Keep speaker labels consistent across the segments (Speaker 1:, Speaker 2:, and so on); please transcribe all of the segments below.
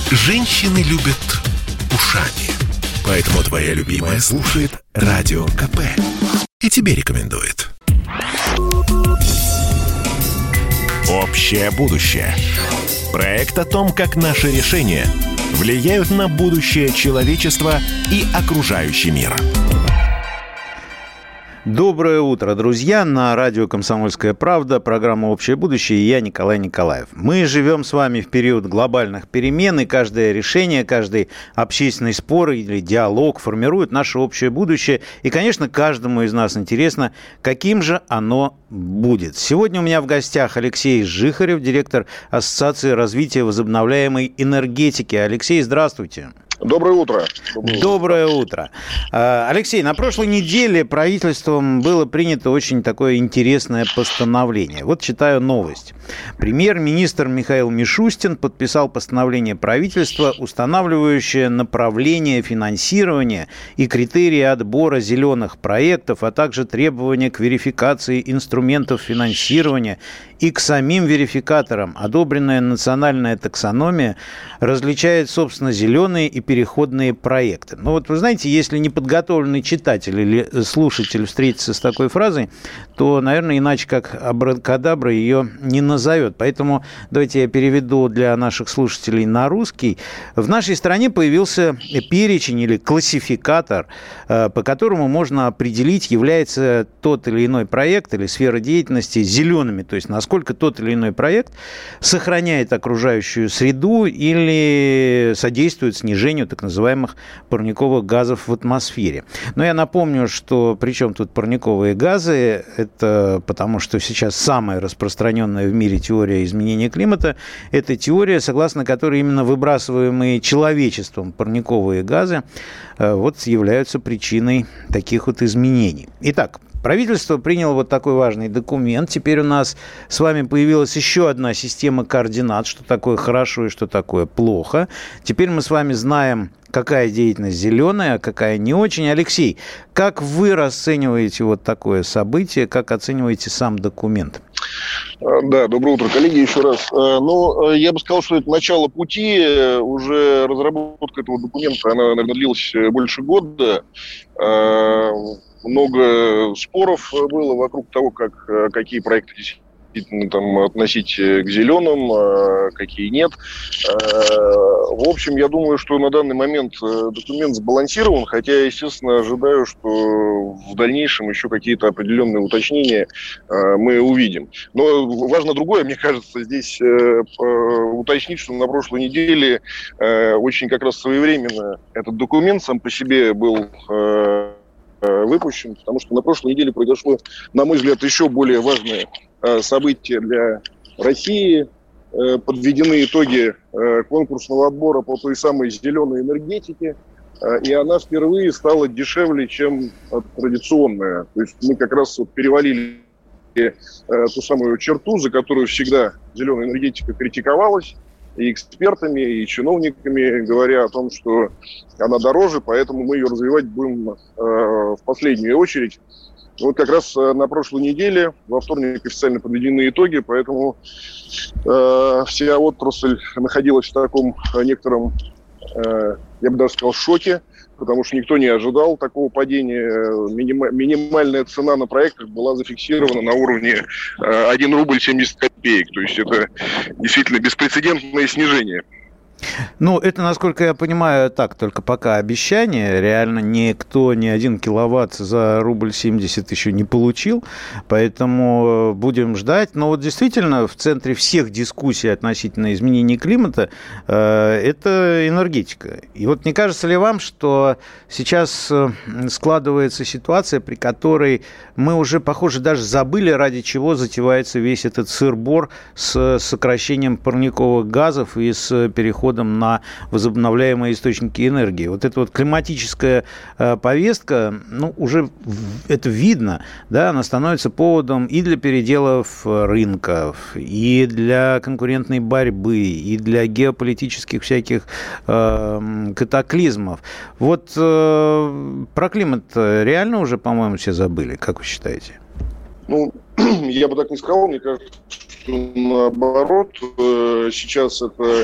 Speaker 1: Женщины любят ушами. Поэтому твоя любимая слушает Радио КП. И тебе рекомендует. Общее будущее. Проект о том, как наши решения влияют на будущее человечества и окружающий мир.
Speaker 2: Доброе утро, друзья! На радио «Комсомольская правда», программа «Общее будущее», и я, Николай Николаев. Мы живем с вами в период глобальных перемен, и каждое решение, каждый общественный спор или диалог формирует наше общее будущее. И, конечно, каждому из нас интересно, каким же оно будет. Сегодня у меня в гостях Алексей Жихарев, директор Ассоциации развития возобновляемой энергетики. Алексей, здравствуйте!
Speaker 3: Доброе утро.
Speaker 2: Доброе утро. Алексей, на прошлой неделе правительством было принято очень такое интересное постановление. Вот читаю новость. Премьер-министр Михаил Мишустин подписал постановление правительства, устанавливающее направление финансирования и критерии отбора зеленых проектов, а также требования к верификации инструментов финансирования и к самим верификаторам. Одобренная национальная таксономия различает, собственно, зеленые и переходные проекты. Но вот вы знаете, если неподготовленный читатель или слушатель встретится с такой фразой, то, наверное, иначе как абракадабра ее не назовет. Поэтому давайте я переведу для наших слушателей на русский. В нашей стране появился перечень или классификатор, по которому можно определить, является тот или иной проект или сфера деятельности зелеными, то есть насколько тот или иной проект сохраняет окружающую среду или содействует снижению так называемых парниковых газов в атмосфере. Но я напомню, что при чем тут парниковые газы? Это потому, что сейчас самая распространенная в мире теория изменения климата – это теория, согласно которой именно выбрасываемые человечеством парниковые газы вот являются причиной таких вот изменений. Итак, правительство приняло вот такой важный документ. Теперь у нас с вами появилась еще одна система координат, что такое хорошо и что такое плохо. Теперь мы с вами знаем, какая деятельность зеленая, а какая не очень. Алексей, как вы расцениваете вот такое событие, как оцениваете сам документ?
Speaker 3: Да, доброе утро, коллеги, еще раз. Ну, я бы сказал, что это начало пути. Уже разработка этого документа, она, наверное, длилась больше года. Много споров было вокруг того, какие проекты действительно там относить к зеленым, какие нет. В общем, я думаю, что на данный момент документ сбалансирован, хотя я, естественно, ожидаю, что в дальнейшем еще какие-то определенные уточнения мы увидим. Но важно другое, мне кажется, здесь уточнить, что на прошлой неделе очень как раз своевременно этот документ сам по себе был выпущен, потому что на прошлой неделе произошло, на мой взгляд, еще более важное событие для России. Подведены итоги конкурсного отбора по той самой зеленой энергетике, и она впервые стала дешевле, чем традиционная. То есть мы как раз вот перевалили ту самую черту, за которую всегда зеленая энергетика критиковалась и экспертами, и чиновниками, говоря о том, что она дороже, поэтому мы ее развивать будем в последнюю очередь. Вот как раз на прошлой неделе, во вторник, официально подведены итоги, поэтому вся отрасль находилась в таком некотором, я бы даже сказал, шоке, потому что никто не ожидал такого падения. Минимальная цена на проектах была зафиксирована на уровне 1 рубль 70 копеек. То есть это действительно беспрецедентное снижение.
Speaker 2: Ну, это, насколько я понимаю, так, только пока обещание. Реально никто ни 1 киловатт за рубль 70 еще не получил, поэтому будем ждать. Но вот действительно в центре всех дискуссий относительно изменения климата это энергетика. И вот не кажется ли вам, что сейчас складывается ситуация, при которой мы уже, похоже, даже забыли, ради чего затевается весь этот сыр-бор с сокращением парниковых газов и с переходом на возобновляемые источники энергии. Вот эта вот климатическая повестка, ну, уже это видно, да, она становится поводом и для переделов рынков, и для конкурентной борьбы, и для геополитических всяких катаклизмов. Вот про климат реально уже, по-моему, все забыли, как вы считаете?
Speaker 3: Ну, я бы так не сказал, мне кажется, что наоборот, сейчас это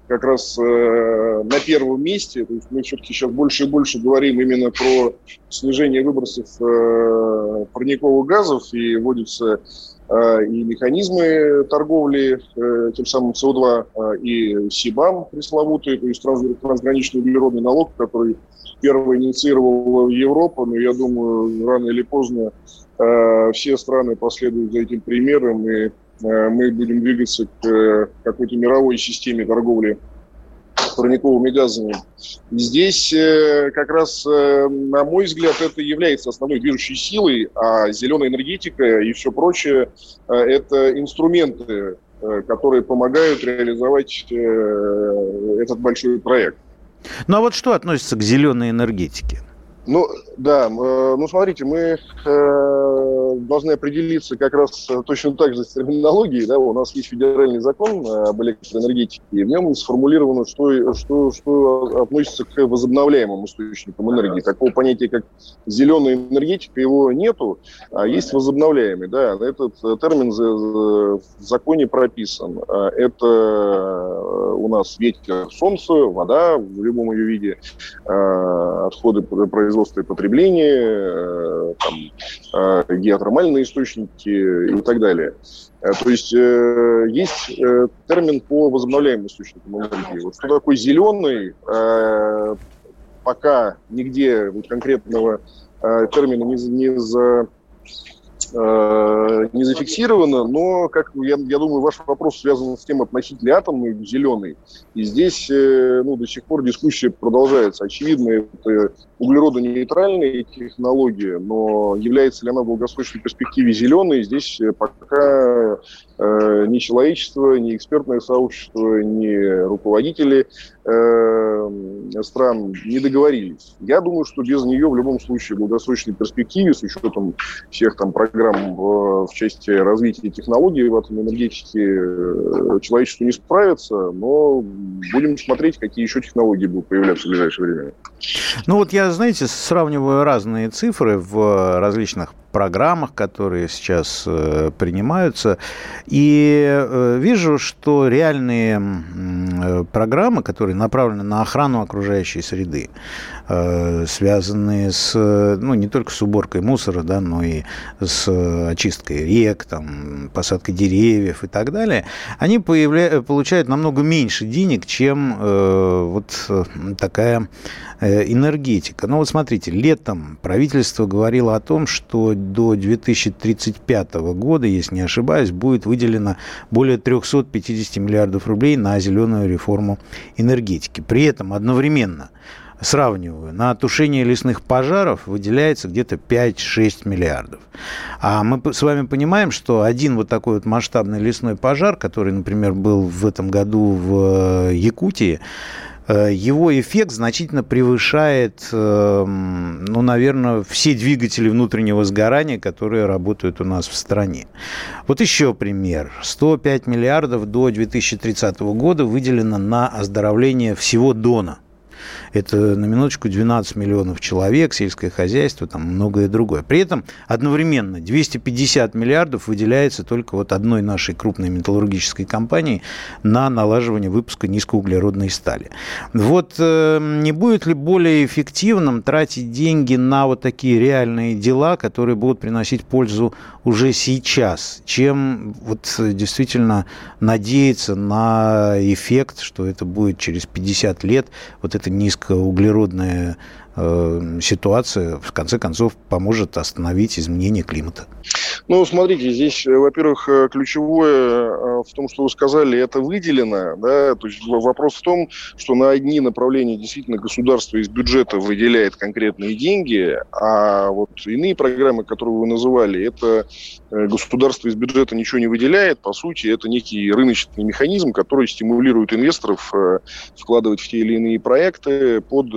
Speaker 3: как раз на первом месте. То есть мы все-таки сейчас больше и больше говорим именно про снижение выбросов парниковых газов, и вводятся и механизмы торговли тем самым СО2, и СИБАМ пресловутый, то есть трансграничный углеродный налог, который первый инициировала Европа, но я думаю, рано или поздно все страны последуют за этим примером, и мы будем двигаться к какой-то мировой системе торговли парниковыми газами. И здесь как раз, на мой взгляд, это является основной движущей силой, а зеленая энергетика и все прочее – это инструменты, которые помогают реализовать этот большой проект.
Speaker 2: Ну а вот что относится к зеленой энергетике?
Speaker 3: Ну, да, смотрите, мы должны определиться как раз точно так же с терминологией, да, у нас есть федеральный закон об электроэнергетике, и в нем сформулировано, что относится к возобновляемым источникам энергии. Такого понятия, как зеленая энергетика, его нету, а есть возобновляемый, да, этот термин в законе прописан. Это у нас ветер, солнце, вода в любом ее виде, отходы производства и потребления, геотермальные источники и так далее. То есть есть термин по возобновляемым источникам энергии. Вот что такое зеленый, пока нигде конкретного термина не зафиксировано, но, как я думаю, ваш вопрос связан с тем, относительно атомный, зеленый. И здесь до сих пор дискуссия продолжается. Очевидно, это углеродонейтральная технология, но является ли она в долгосрочной перспективе зеленой, здесь пока ни человечество, ни экспертное сообщество, ни руководители стран не договорились. Я думаю, что без нее в любом случае в долгосрочной перспективе, с учетом всех программ в части развития технологий в атомной энергетике, человечество не справится, но будем смотреть, какие еще технологии будут появляться в ближайшее время.
Speaker 2: Ну вот я, знаете, сравниваю разные цифры в различных программах, которые сейчас принимаются, и вижу, что реальные программы, которые направлены на охрану окружающей среды, связанные не только с уборкой мусора, да, но и с очисткой рек, посадкой деревьев и так далее, они получают намного меньше денег, чем такая энергетика. Но вот смотрите, летом правительство говорило о том, что до 2035 года, если не ошибаюсь, будет выделено более 350 миллиардов рублей на зеленую реформу энергетики. При этом одновременно, сравниваю, на тушение лесных пожаров выделяется где-то 5-6 миллиардов. А мы с вами понимаем, что один вот такой вот масштабный лесной пожар, который, например, был в этом году в Якутии, его эффект значительно превышает, наверное, все двигатели внутреннего сгорания, которые работают у нас в стране. Вот еще пример. 105 миллиардов до 2030 года выделено на оздоровление всего Дона. Это, на минуточку, 12 миллионов человек, сельское хозяйство, многое другое. При этом одновременно 250 миллиардов выделяется только одной нашей крупной металлургической компании на налаживание выпуска низкоуглеродной стали. Не будет ли более эффективным тратить деньги на такие реальные дела, которые будут приносить пользу уже сейчас, чем действительно надеяться на эффект, что это будет через 50 лет, эта низкоуглеродная ситуация, в конце концов, поможет остановить изменение климата?
Speaker 3: Смотрите, здесь, во-первых, ключевое в том, что вы сказали, это выделено, да, то есть вопрос в том, что на одни направления действительно государство из бюджета выделяет конкретные деньги, а иные программы, которые вы называли, это государство из бюджета ничего не выделяет, по сути, это некий рыночный механизм, который стимулирует инвесторов вкладывать в те или иные проекты под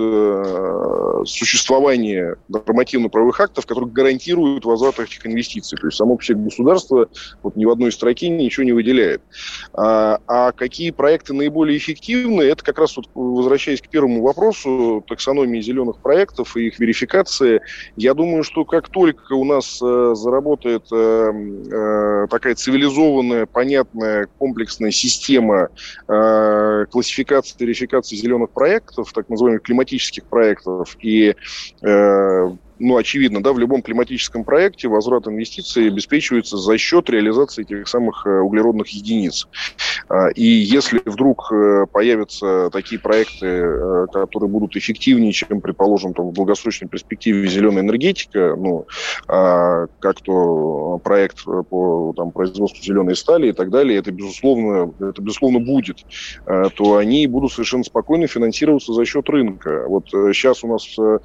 Speaker 3: существование нормативно-правовых актов, которые гарантируют возврат этих инвестиций. То есть само по себе государство ни в одной строке ничего не выделяет. А какие проекты наиболее эффективны, это как раз возвращаясь к первому вопросу таксономии зеленых проектов и их верификации, я думаю, что как только у нас заработает такая цивилизованная, понятная, комплексная система классификации, верификации зеленых проектов, так называемых климатических проектов. И очевидно, да, в любом климатическом проекте возврат инвестиций обеспечивается за счет реализации этих самых углеродных единиц. И если вдруг появятся такие проекты, которые будут эффективнее, чем, предположим, в долгосрочной перспективе зеленая энергетика, как то проект по производству зеленой стали и так далее, это безусловно будет, то они будут совершенно спокойно финансироваться за счет рынка. Вот сейчас у нас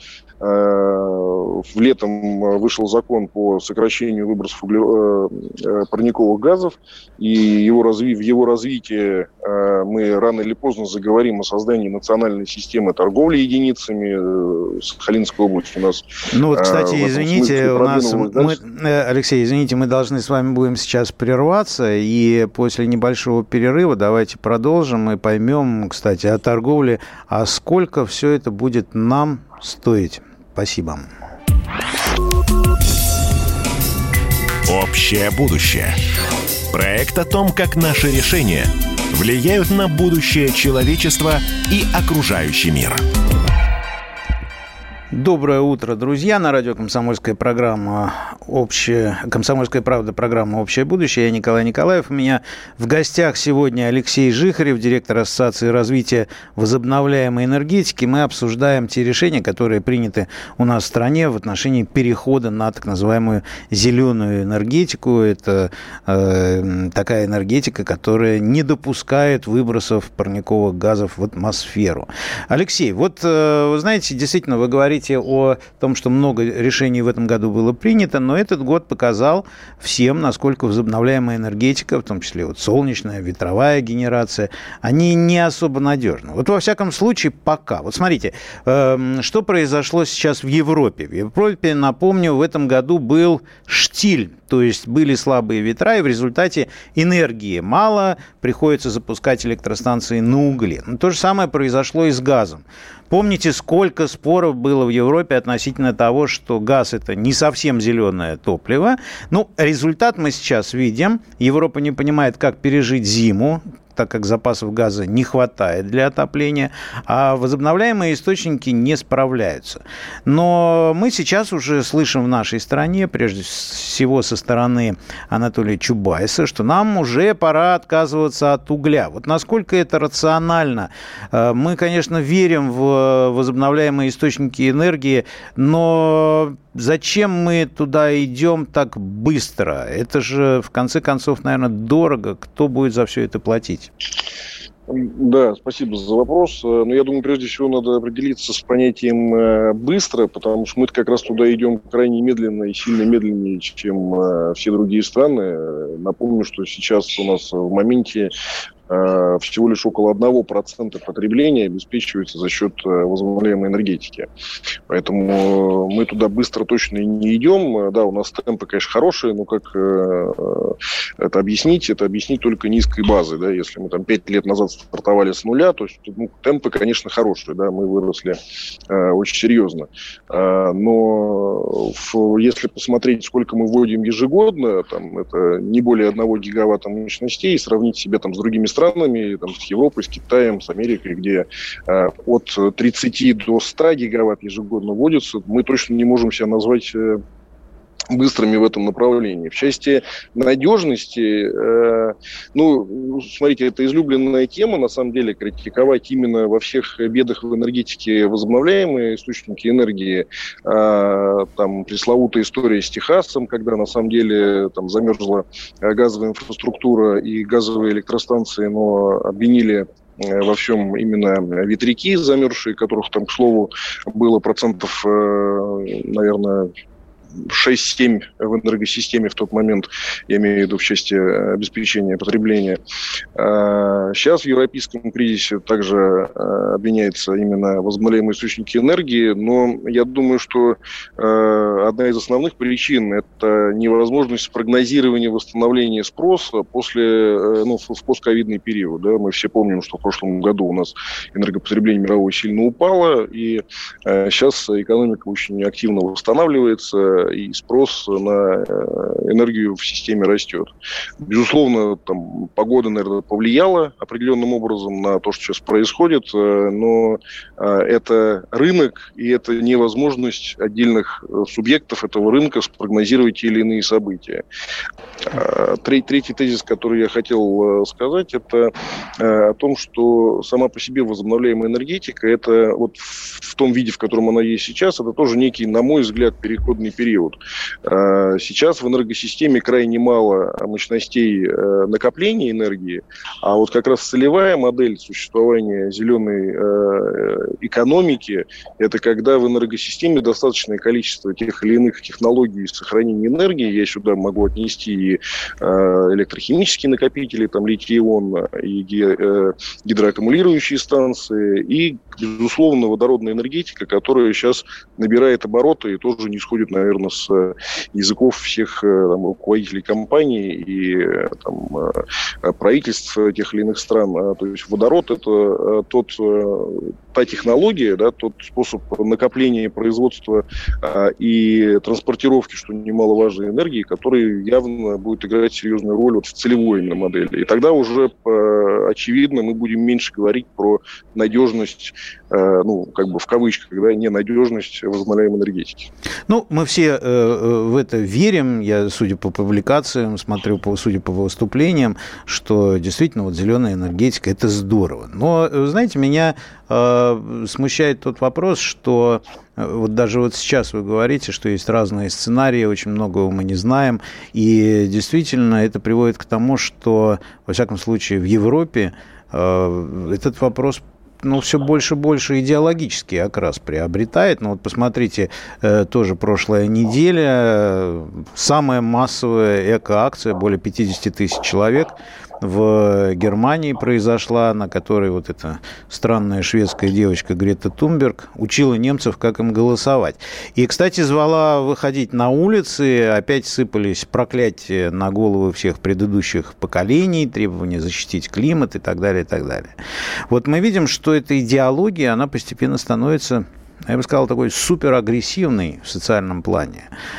Speaker 3: летом вышел закон по сокращению выбросов парниковых газов, и в его развитии мы рано или поздно заговорим о создании национальной системы торговли единицами. Сахалинская область у нас...
Speaker 2: кстати, извините, Алексей, извините, мы должны с вами будем сейчас прерваться, и после небольшого перерыва давайте продолжим и поймем, кстати, о торговле, а сколько все это будет нам стоить. Спасибо.
Speaker 1: Общее будущее. Проект о том, как наши решения влияют на будущее человечества и окружающий мир.
Speaker 2: Доброе утро, друзья. На радио «Комсомольская программа «Комсомольская правда», программа «Общее будущее». Я Николай Николаев. У меня в гостях сегодня Алексей Жихарев, директор Ассоциации развития возобновляемой энергетики. Мы обсуждаем те решения, которые приняты у нас в стране в отношении перехода на так называемую зеленую энергетику. Это такая энергетика, которая не допускает выбросов парниковых газов в атмосферу. Алексей, вот вы знаете, действительно, вы говорите о том, что много решений в этом году было принято, но этот год показал всем, насколько возобновляемая энергетика, в том числе солнечная, ветровая генерация, они не особо надежны. Вот во всяком случае пока. Вот смотрите, что произошло сейчас в Европе. В Европе, напомню, в этом году был штиль, то есть были слабые ветра, и в результате энергии мало, приходится запускать электростанции на угле. Но то же самое произошло и с газом. Помните, сколько споров было в Европе относительно того, что газ – это не совсем зеленое топливо. Результат мы сейчас видим. Европа не понимает, как пережить зиму, так как запасов газа не хватает для отопления, а возобновляемые источники не справляются. Но мы сейчас уже слышим в нашей стране, прежде всего со стороны Анатолия Чубайса, что нам уже пора отказываться от угля. Вот насколько это рационально? Мы, конечно, верим в возобновляемые источники энергии, но зачем мы туда идем так быстро? Это же, в конце концов, наверное, дорого. Кто будет за все это платить?
Speaker 3: Да, спасибо за вопрос. Но я думаю, прежде всего надо определиться с понятием «быстро», потому что мы как раз туда идем крайне медленно и сильно медленнее, чем все другие страны. Напомню, что сейчас у нас в моменте всего лишь около 1% потребления обеспечивается за счет возобновляемой энергетики. Поэтому мы туда быстро точно не идем. Да, у нас темпы, конечно, хорошие, но как это объяснить? Это объяснить только низкой базой. Да? Если мы 5 лет назад стартовали с нуля, то темпы, конечно, хорошие. Да? Мы выросли очень серьезно. Но если посмотреть, сколько мы вводим ежегодно, это не более 1 гигаватта мощностей, и сравнить себя с другими странами, с Европой, с Китаем, с Америкой, где от 30 до 100 гигаватт ежегодно вводится, мы точно не можем себя назвать быстрыми в этом направлении. В части надежности, смотрите, это излюбленная тема, на самом деле, критиковать именно во всех бедах в энергетике возобновляемые источники энергии. Пресловутая история с Техасом, когда на самом деле замерзла газовая инфраструктура и газовые электростанции, но обвинили во всем именно ветряки замерзшие, которых к слову, было процентов, наверное, 6-7 в энергосистеме в тот момент, я имею в виду в части обеспечения потребления. Сейчас в европейском кризисе также обвиняются именно возобновляемые источники энергии, но я думаю, что одна из основных причин – это невозможность прогнозирования восстановления спроса в постковидный период. Да? Мы все помним, что в прошлом году у нас энергопотребление мировое сильно упало, и сейчас экономика очень активно восстанавливается. и спрос на энергию в системе растет. Безусловно, там, погода, наверное, повлияла определенным образом на то, что сейчас происходит, но это рынок, и это невозможность отдельных субъектов этого рынка спрогнозировать те или иные события. Третий тезис, который я хотел сказать, это о том, что сама по себе возобновляемая энергетика, это вот в том виде, в котором она есть сейчас, это тоже некий, на мой взгляд, переходный период. Сейчас в энергосистеме крайне мало мощностей накопления энергии, а вот как раз целевая модель существования зеленой экономики, это когда в энергосистеме достаточное количество тех или иных технологий сохранения энергии. Я сюда могу отнести и электрохимические накопители, там литий-ион, и гидроаккумулирующие станции, и, безусловно, водородная энергетика, которая сейчас набирает обороты и тоже не сходит, наверное, с языков всех там, руководителей компаний и там, правительств тех или иных стран. То есть водород – это та технология, да, тот способ накопления, производства и транспортировки, что немаловажной энергии, который явно будет играть серьезную роль вот в целевой именно модели. И тогда уже, очевидно, мы будем меньше говорить про надежность, ну, как бы в кавычках, да, ненадежность возобновляемой энергетики.
Speaker 2: Ну, мы все в это верим. Я, судя по публикациям, смотрю, судя по выступлениям, что действительно вот зеленая энергетика – это здорово. Но, знаете, меня смущает тот вопрос, что вот даже вот сейчас вы говорите, что есть разные сценарии, очень многого мы не знаем, и действительно это приводит к тому, что, во всяком случае, в Европе этот вопрос все больше и больше идеологический окрас приобретает. Ну вот посмотрите, тоже прошлая неделя, самая массовая эко-акция, более 50 тысяч человек в Германии произошла, на которой вот эта странная шведская девочка Грета Тунберг учила немцев, как им голосовать. И, кстати, звала выходить на улицы, опять сыпались проклятия на головы всех предыдущих поколений, требования защитить климат и так далее, и так далее. Вот мы видим, что эта идеология, она постепенно становится, я бы сказал, такой суперагрессивной в социальном плане.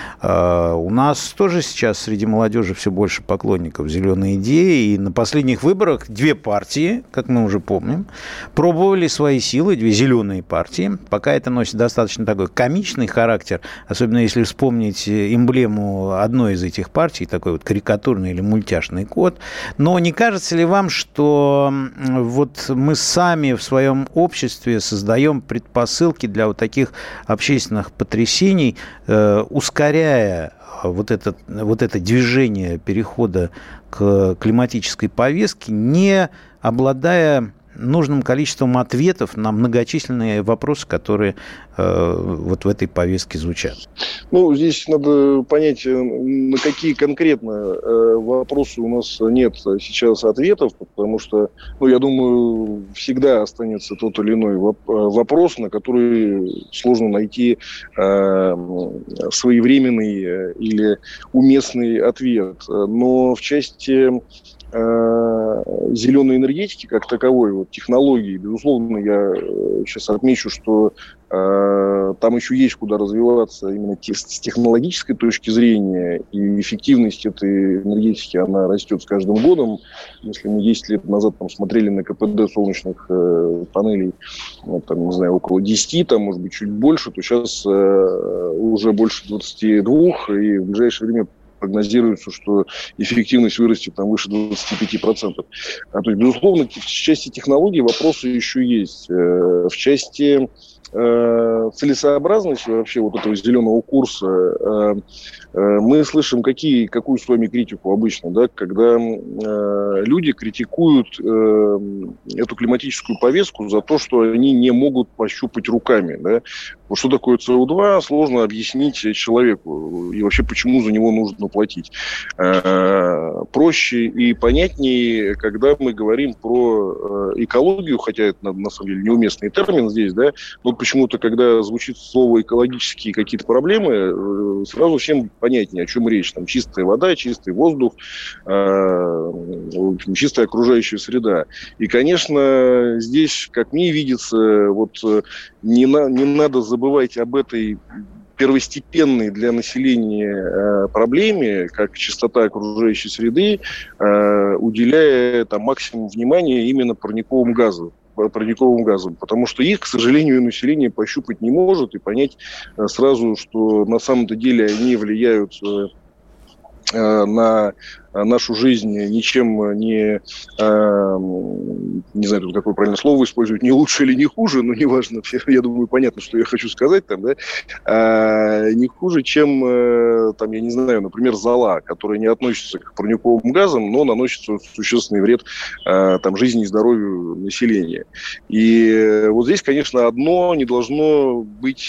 Speaker 2: У нас тоже сейчас среди молодежи все больше поклонников зеленой идеи, и на последних выборах две партии, как мы уже помним, пробовали свои силы, две зеленые партии. Пока это носит достаточно такой комичный характер, особенно если вспомнить эмблему одной из этих партий, такой вот карикатурный или мультяшный кот. Но не кажется ли вам, что вот мы сами в своем обществе создаем предпосылки для вот таких общественных потрясений, ускоряя вот это движение перехода к климатической повестке, не обладая нужным количеством ответов на многочисленные вопросы, которые вот в этой повестке звучат?
Speaker 3: Ну, здесь надо понять, на какие конкретно вопросы у нас нет сейчас ответов, потому что, я думаю, всегда останется тот или иной вопрос, на который сложно найти своевременный или уместный ответ. Но в части зеленой энергетики как таковой, вот, технологии, безусловно, я сейчас отмечу, что там еще есть куда развиваться именно с технологической точки зрения, и эффективность этой энергетики, она растет с каждым годом. Если мы 10 лет назад смотрели на КПД солнечных панелей, не знаю, около 10, может быть, чуть больше, то сейчас уже больше 22, и в ближайшее время прогнозируется, что эффективность вырастет выше 25%. То есть, безусловно, в части технологий вопросы еще есть. В части целесообразности вообще вот этого зеленого курса мы слышим какую с вами критику обычно, да, когда люди критикуют эту климатическую повестку за то, что они не могут пощупать руками. Да. Вот что такое СО2, сложно объяснить человеку, и вообще почему за него нужно платить. Проще и понятнее, когда мы говорим про экологию, хотя это на самом деле неуместный термин здесь, да, но почему-то, когда звучит слово экологические какие-то проблемы, сразу всем понятнее, о чем речь. Там чистая вода, чистый воздух, чистая окружающая среда. И, конечно, здесь, как мне видится, вот не надо забывать об этой первостепенной для населения проблеме, как чистота окружающей среды, уделяя там максимум внимания именно парниковым газам, потому что их, к сожалению, население пощупать не может и понять сразу, что на самом-то деле они влияют на нашу жизнь ничем не знаю, тут какое правильное слово использовать, не лучше или не хуже, но неважно, я думаю, понятно, что я хочу сказать там, да, не хуже, чем, там, я не знаю, например, зола, которая не относится к парниковым газам, но наносит существенный вред там, жизни и здоровью населения. И вот здесь, конечно, одно не должно быть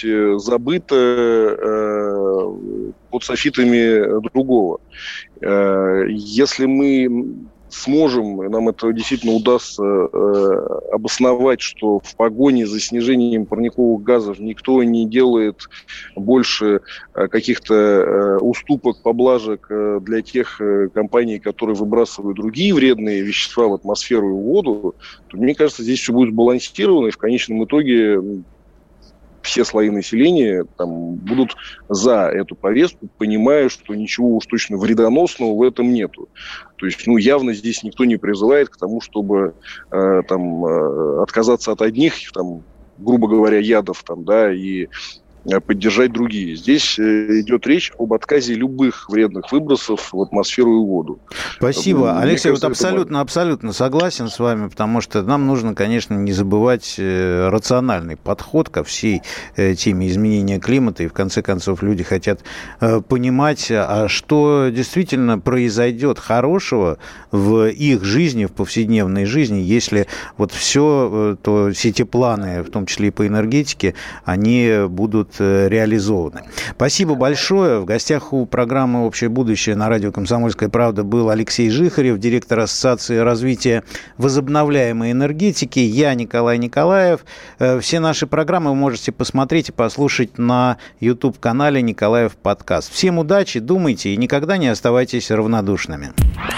Speaker 3: забыто под софитами другого. Если мы сможем, и нам это действительно удастся обосновать, что в погоне за снижением парниковых газов никто не делает больше каких-то уступок, поблажек для тех компаний, которые выбрасывают другие вредные вещества в атмосферу и в воду, то, мне кажется, здесь все будет сбалансировано, и в конечном итоге все слои населения там, будут за эту повестку, понимая, что ничего уж точно вредоносного в этом нету. То есть, явно здесь никто не призывает к тому, чтобы отказаться от одних, там, грубо говоря, ядов, там, да, и поддержать другие. Здесь идет речь об отказе любых вредных выбросов в атмосферу и воду.
Speaker 2: Спасибо. Алексей, вот абсолютно согласен с вами, потому что нам нужно, конечно, не забывать рациональный подход ко всей теме изменения климата, и в конце концов люди хотят понимать, а что действительно произойдет хорошего в их жизни, в повседневной жизни, если вот все те планы, в том числе и по энергетике, они будут реализованы. Спасибо большое. В гостях у программы «Общее будущее» на радио «Комсомольская правда» был Алексей Жихарев, директор Ассоциации развития возобновляемой энергетики. Я Николай Николаев. Все наши программы вы можете посмотреть и послушать на YouTube-канале «Николаев подкаст». Всем удачи, думайте и никогда не оставайтесь равнодушными.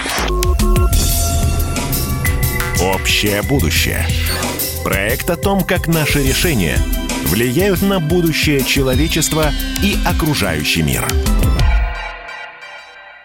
Speaker 1: «Общее будущее». Проект о том, как наши решения влияют на будущее человечества и окружающий мир.